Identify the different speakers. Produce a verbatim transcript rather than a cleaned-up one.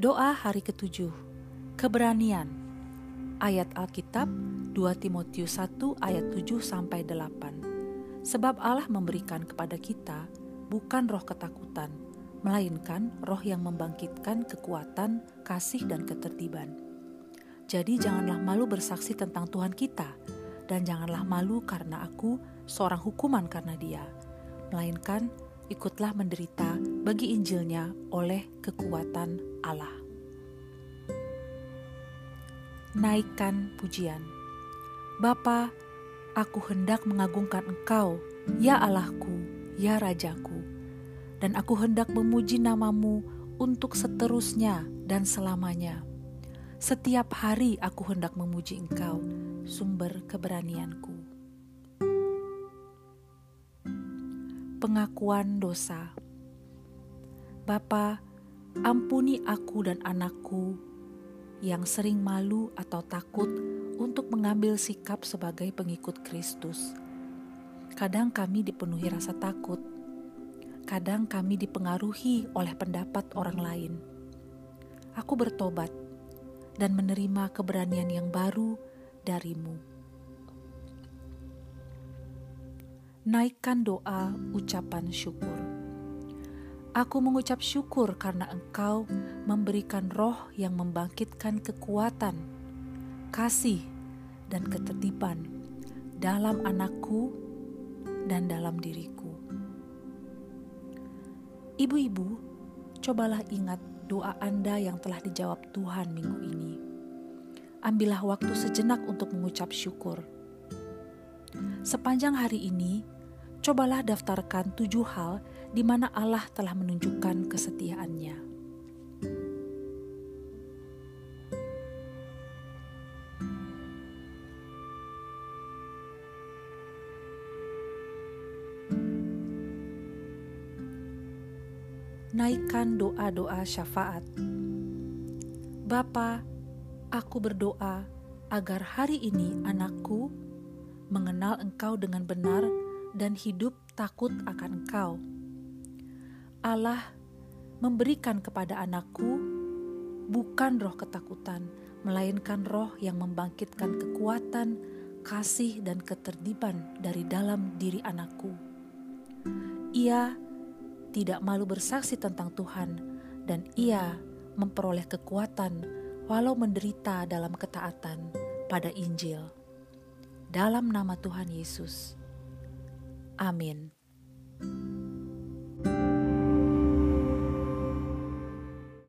Speaker 1: Doa hari ketujuh, keberanian. Ayat Alkitab dua Timotius satu ayat tujuh sampai delapan. Sebab Allah memberikan kepada kita bukan roh ketakutan, melainkan roh yang membangkitkan kekuatan, kasih dan ketertiban. Jadi janganlah malu bersaksi tentang Tuhan kita, dan janganlah malu karena aku seorang hukuman karena Dia, melainkan ikutlah menderita bagi Injilnya oleh kekuatan Allah. Naikkan pujian. Bapa, aku hendak mengagungkan Engkau, ya Allahku, ya Rajaku, dan aku hendak memuji nama-Mu untuk seterusnya dan selamanya. Setiap hari aku hendak memuji Engkau, sumber keberanianku. Pengakuan dosa. Bapa, ampuni aku dan anakku yang sering malu atau takut untuk mengambil sikap sebagai pengikut Kristus. Kadang kami dipenuhi rasa takut, kadang kami dipengaruhi oleh pendapat orang lain. Aku bertobat dan menerima keberanian yang baru dari-Mu. Naikkan doa ucapan syukur. Aku mengucap syukur karena Engkau memberikan roh yang membangkitkan kekuatan, kasih, dan ketertiban dalam anakku dan dalam diriku. Ibu-ibu, cobalah ingat doa Anda yang telah dijawab Tuhan minggu ini. Ambillah waktu sejenak untuk mengucap syukur. Sepanjang hari ini, cobalah daftarkan tujuh hal di mana Allah telah menunjukkan kesetiaan-Nya. Naikkan doa-doa syafaat. Bapa, aku berdoa agar hari ini anakku mengenal Engkau dengan benar dan hidup takut akan Engkau. Allah memberikan kepada anakku bukan roh ketakutan, melainkan roh yang membangkitkan kekuatan, kasih dan ketertiban dari dalam diri anakku. Ia tidak malu bersaksi tentang Tuhan, dan ia memperoleh kekuatan walau menderita dalam ketaatan pada Injil. Dalam nama Tuhan Yesus. Amin.